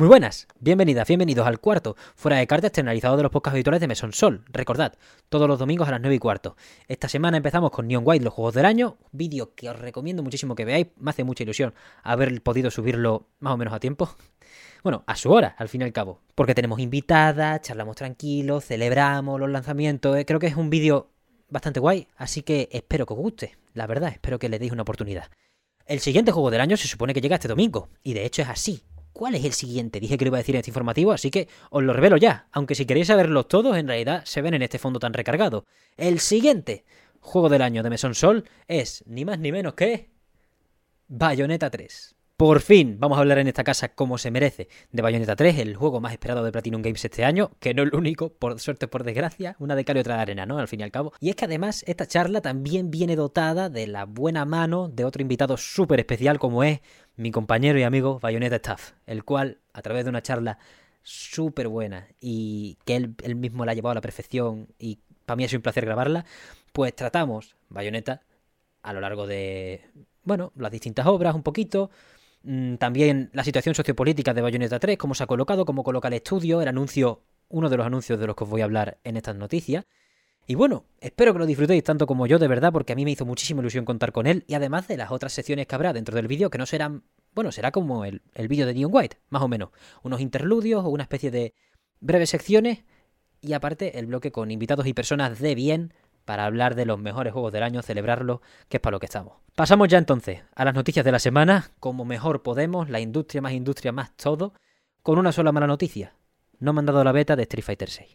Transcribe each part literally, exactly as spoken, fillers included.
Muy buenas, bienvenidas, bienvenidos al cuarto Fuera de Carta externalizado de los podcasts habituales de Mesón Sol. Recordad, todos los domingos a las nueve y cuarto. Esta semana empezamos con Neon White, los juegos del año, vídeo que os recomiendo muchísimo que veáis, me hace mucha ilusión haber podido subirlo más o menos a tiempo. Bueno, a su hora, al fin y al cabo, porque tenemos invitadas, charlamos tranquilos, celebramos los lanzamientos, eh. creo que es un vídeo bastante guay, así que espero que os guste, la verdad, espero que le deis una oportunidad. El siguiente juego del año se supone que llega este domingo, y de hecho es así. ¿Cuál es el siguiente? Dije que lo iba a decir en este informativo, así que os lo revelo ya. Aunque si queréis saberlos todos, en realidad se ven en este fondo tan recargado. El siguiente juego del año de Mesón Sol es ni más ni menos que Bayonetta tres. Por fin vamos a hablar en esta casa como se merece de Bayonetta tres, el juego más esperado de Platinum Games este año, que no es el único, por suerte o por desgracia, una de cal y otra de arena, ¿no? Al fin y al cabo. Y es que además esta charla también viene dotada de la buena mano de otro invitado súper especial como es mi compañero y amigo Bayonetta Staff, el cual, a través de una charla súper buena y que él, él mismo la ha llevado a la perfección y para mí ha sido un placer grabarla, pues tratamos Bayonetta a lo largo de, bueno, las distintas obras un poquito. También la situación sociopolítica de Bayonetta tres, cómo se ha colocado, cómo coloca el estudio, el anuncio, uno de los anuncios de los que os voy a hablar en estas noticias. Y bueno, espero que lo disfrutéis tanto como yo, de verdad, porque a mí me hizo muchísima ilusión contar con él. Y además de las otras secciones que habrá dentro del vídeo, que no serán, bueno, será como el, el vídeo de Neon White, más o menos. Unos interludios o una especie de breves secciones. Y aparte el bloque con invitados y personas de bien, para hablar de los mejores juegos del año, celebrarlos, que es para lo que estamos. Pasamos ya entonces a las noticias de la semana, como mejor podemos, la industria más industria más todo, con una sola mala noticia. No me han dado la beta de Street Fighter seis.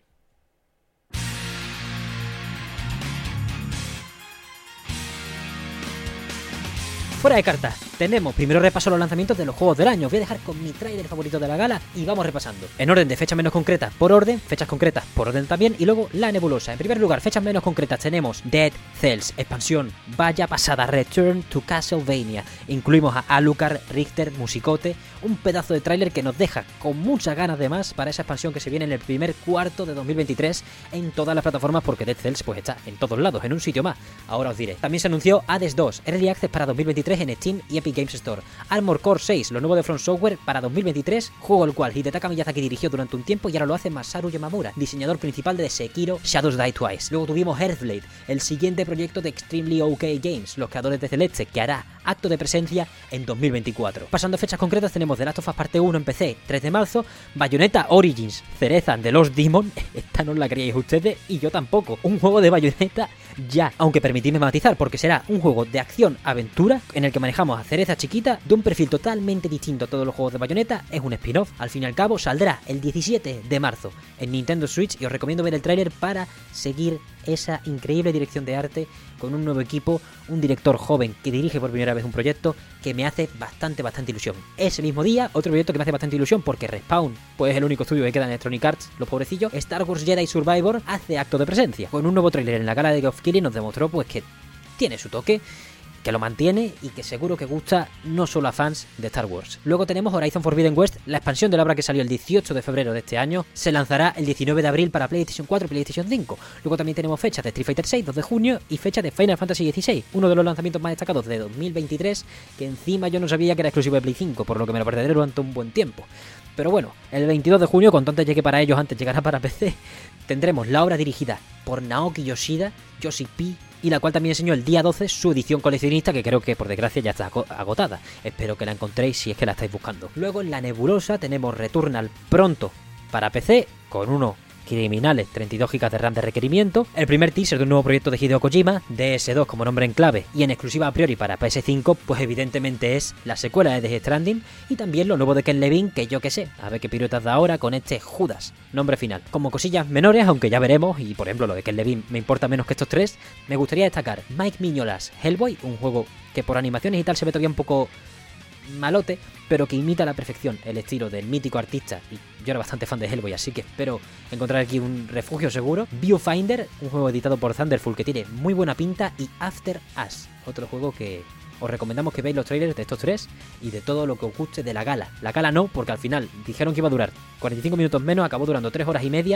Fuera de cartas, tenemos primero repaso a los lanzamientos de los juegos del año. Voy a dejar con mi tráiler favorito de la gala y vamos repasando. En orden de fechas menos concretas por orden, fechas concretas por orden también, y luego la nebulosa. En primer lugar, fechas menos concretas tenemos Dead Cells, expansión, vaya pasada, Return to Castlevania. Incluimos a Alucard, Richter, Musicote, un pedazo de tráiler que nos deja con muchas ganas de más para esa expansión que se viene en el primer cuarto de dos mil veintitrés en todas las plataformas, porque Dead Cells pues está en todos lados, en un sitio más. Ahora os diré. También se anunció Hades dos, Early Access para dos mil veintitrés en Steam y Epic Games Store. Armored Core seis, lo nuevo de From Software para dos mil veintitrés, juego el cual Hidetaka Miyazaki dirigió durante un tiempo y ahora lo hace Masaru Yamamura, diseñador principal de Sekiro Shadows Die Twice. Luego tuvimos Earthblade, el siguiente proyecto de Extremely OK Games, los creadores de Celeste, que hará acto de presencia en dos mil veinticuatro. Pasando a fechas concretas, tenemos The Last of Us Parte uno en P C, tres de marzo, Bayonetta Origins, cereza de los Demon, esta no la creíais ustedes y yo tampoco, un juego de Bayonetta ya, aunque permitidme matizar, porque será un juego de acción-aventura en el que manejamos a Cereza chiquita de un perfil totalmente distinto a todos los juegos de Bayonetta. Es un spin-off, al fin y al cabo saldrá el diecisiete de marzo en Nintendo Switch y os recomiendo ver el tráiler para seguir esa increíble dirección de arte con un nuevo equipo, un director joven que dirige por primera vez un proyecto que me hace bastante, bastante ilusión. Ese mismo día, otro proyecto que me hace bastante ilusión porque Respawn, pues es el único estudio que queda en Electronic Arts, los pobrecillos. Star Wars Jedi Survivor hace acto de presencia. Con un nuevo tráiler en la gala de Geoff Keighley nos demostró pues que tiene su toque, que lo mantiene y que seguro que gusta no solo a fans de Star Wars. Luego tenemos Horizon Forbidden West, la expansión de la obra que salió el dieciocho de febrero de este año, se lanzará el diecinueve de abril para PlayStation cuatro y PlayStation cinco. Luego también tenemos fechas de Street Fighter seis, dos de junio, y fecha de Final Fantasy dieciséis, uno de los lanzamientos más destacados de dos mil veintitrés, que encima yo no sabía que era exclusivo de Play cinco, por lo que me lo perderé durante un buen tiempo. Pero bueno, el veintidós de junio, cuanto antes llegue para ellos, antes llegará para P C, tendremos la obra dirigida por Naoki Yoshida, Yoshi P, y la cual también enseñó el día doce su edición coleccionista, que creo que por desgracia ya está agotada. Espero que la encontréis si es que la estáis buscando. Luego en la nebulosa tenemos Returnal pronto para P C, con uno criminales treinta y dos gigas de RAM de requerimiento, el primer teaser de un nuevo proyecto de Hideo Kojima, D S dos como nombre en clave y en exclusiva a priori para P S cinco, pues evidentemente es la secuela de Death Stranding, y también lo nuevo de Ken Levine, que yo que sé, a ver qué piruetas da ahora con este Judas, nombre final. Como cosillas menores, aunque ya veremos, y por ejemplo lo de Ken Levine me importa menos que estos tres, me gustaría destacar Mike Mignolas Hellboy, un juego que por animaciones y tal se ve todavía un poco malote, pero que imita a la perfección el estilo del mítico artista, y yo era bastante fan de Hellboy, así que espero encontrar aquí un refugio seguro. Viewfinder, un juego editado por Thunderful que tiene muy buena pinta, y After Us, otro juego que os recomendamos que veáis los trailers de estos tres y de todo lo que os guste de la gala. La gala no, porque al final dijeron que iba a durar cuarenta y cinco minutos menos, acabó durando tres horas y media,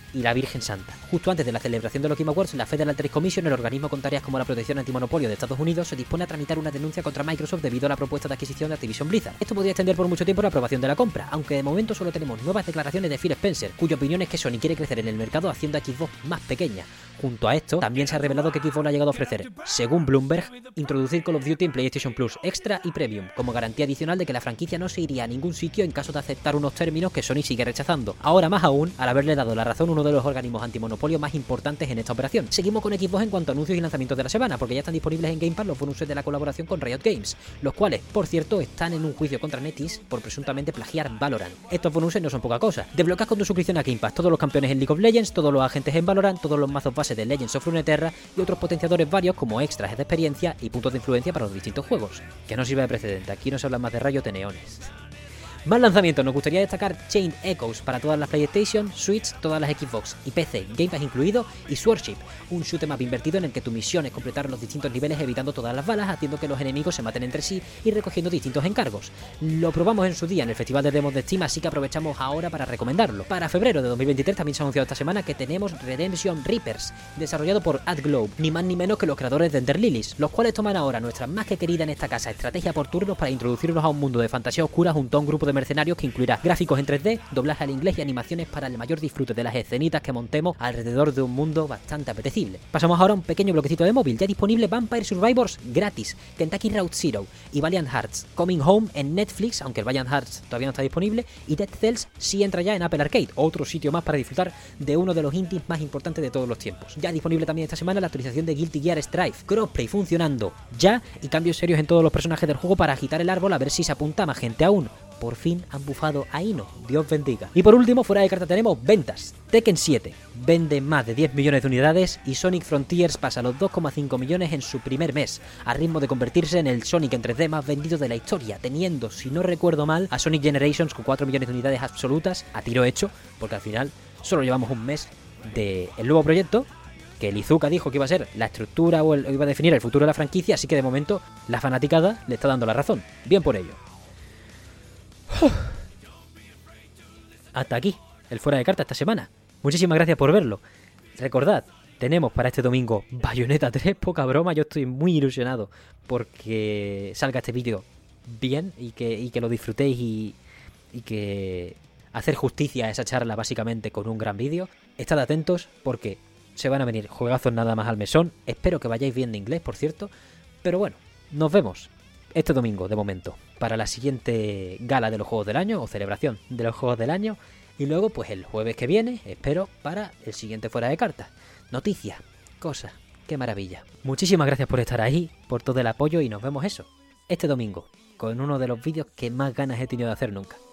y la Virgen Santa. Justo antes de la celebración de los Game Awards, la Federal Trade Commission, el organismo con tareas como la protección antimonopolio de Estados Unidos, se dispone a tramitar una denuncia contra Microsoft debido a la propuesta de adquisición de Activision Blizzard. Esto podría extender por mucho tiempo la aprobación de la compra, aunque de momento solo tenemos nuevas declaraciones de Phil Spencer, cuya opinión es que Sony quiere crecer en el mercado haciendo a Xbox más pequeña. Junto a esto, también se ha revelado que Xbox le ha llegado a ofrecer, según Bloomberg, introducir Call of Duty en PlayStation Plus Extra y Premium, como garantía adicional de que la franquicia no se iría a ningún sitio en caso de aceptar unos términos que Sony sigue rechazando. Ahora más aún, al haberle dado la razón a uno de los organismos antimonopolio más importantes en esta operación. Seguimos con Xbox en cuanto a anuncios y lanzamientos de la semana, porque ya están disponibles en Game Pass los bonuses de la colaboración con Riot Games, los cuales, por cierto, están en un juicio contra NetEase por presuntamente plagiar Valorant. Estos bonuses no son poca cosa. Desbloqueas con tu suscripción a Game Pass todos los campeones en League of Legends, todos los agentes en Valorant, todos los mazos base de Legends of Runeterra y otros potenciadores varios como extras de experiencia y puntos de influencia para los distintos juegos. Que no sirve de precedente, aquí no se habla más de Riot de neones. Más lanzamientos, nos gustaría destacar Chain Echoes para todas las PlayStation, Switch, todas las Xbox y P C, Game Pass incluido, y Swordship, un shoot 'em up invertido en el que tu misión es completar los distintos niveles evitando todas las balas, haciendo que los enemigos se maten entre sí y recogiendo distintos encargos. Lo probamos en su día en el Festival de Demos de Steam, así que aprovechamos ahora para recomendarlo. Para febrero de dos mil veintitrés también se ha anunciado esta semana que tenemos Redemption Reapers, desarrollado por AdGlobe, ni más ni menos que los creadores de Ender Lilies, los cuales toman ahora nuestra más que querida en esta casa estrategia por turnos para introducirnos a un mundo de fantasía oscura junto a un grupo de mercenarios que incluirá gráficos en tres D, doblaje al inglés y animaciones para el mayor disfrute de las escenitas que montemos alrededor de un mundo bastante apetecible. Pasamos ahora a un pequeño bloquecito de móvil, ya disponible Vampire Survivors gratis, Kentucky Route Zero y Valiant Hearts Coming Home en Netflix, aunque el Valiant Hearts todavía no está disponible, y Dead Cells sí entra ya en Apple Arcade, otro sitio más para disfrutar de uno de los indies más importantes de todos los tiempos. Ya disponible también esta semana la actualización de Guilty Gear Strive, crossplay funcionando ya y cambios serios en todos los personajes del juego para agitar el árbol a ver si se apunta más gente aún. Por fin han bufado a Ino, Dios bendiga. Y por último, fuera de carta tenemos ventas. Tekken siete vende más de diez millones de unidades y Sonic Frontiers pasa los dos coma cinco millones en su primer mes, a ritmo de convertirse en el Sonic en tres D más vendido de la historia, teniendo, si no recuerdo mal, a Sonic Generations con cuatro millones de unidades absolutas a tiro hecho, porque al final solo llevamos un mes del nuevo proyecto, que el Iizuka dijo que iba a ser la estructura o, el, o iba a definir el futuro de la franquicia, así que de momento la fanaticada le está dando la razón. Bien por ello. Hasta aquí el fuera de carta esta semana. Muchísimas gracias por verlo. Recordad, tenemos para este domingo Bayonetta tres, poca broma, yo estoy muy ilusionado porque salga este vídeo bien y que, y que lo disfrutéis y, y que hacer justicia a esa charla básicamente con un gran vídeo. Estad atentos porque se van a venir juegazos nada más al mesón. Espero que vayáis bien de inglés, por cierto. Pero bueno, nos vemos este domingo, de momento, para la siguiente gala de los Juegos del Año, o celebración de los Juegos del Año, y luego, pues el jueves que viene, espero, para el siguiente fuera de cartas. Noticias, cosas, qué maravilla. Muchísimas gracias por estar ahí, por todo el apoyo, y nos vemos eso, este domingo, con uno de los vídeos que más ganas he tenido de hacer nunca.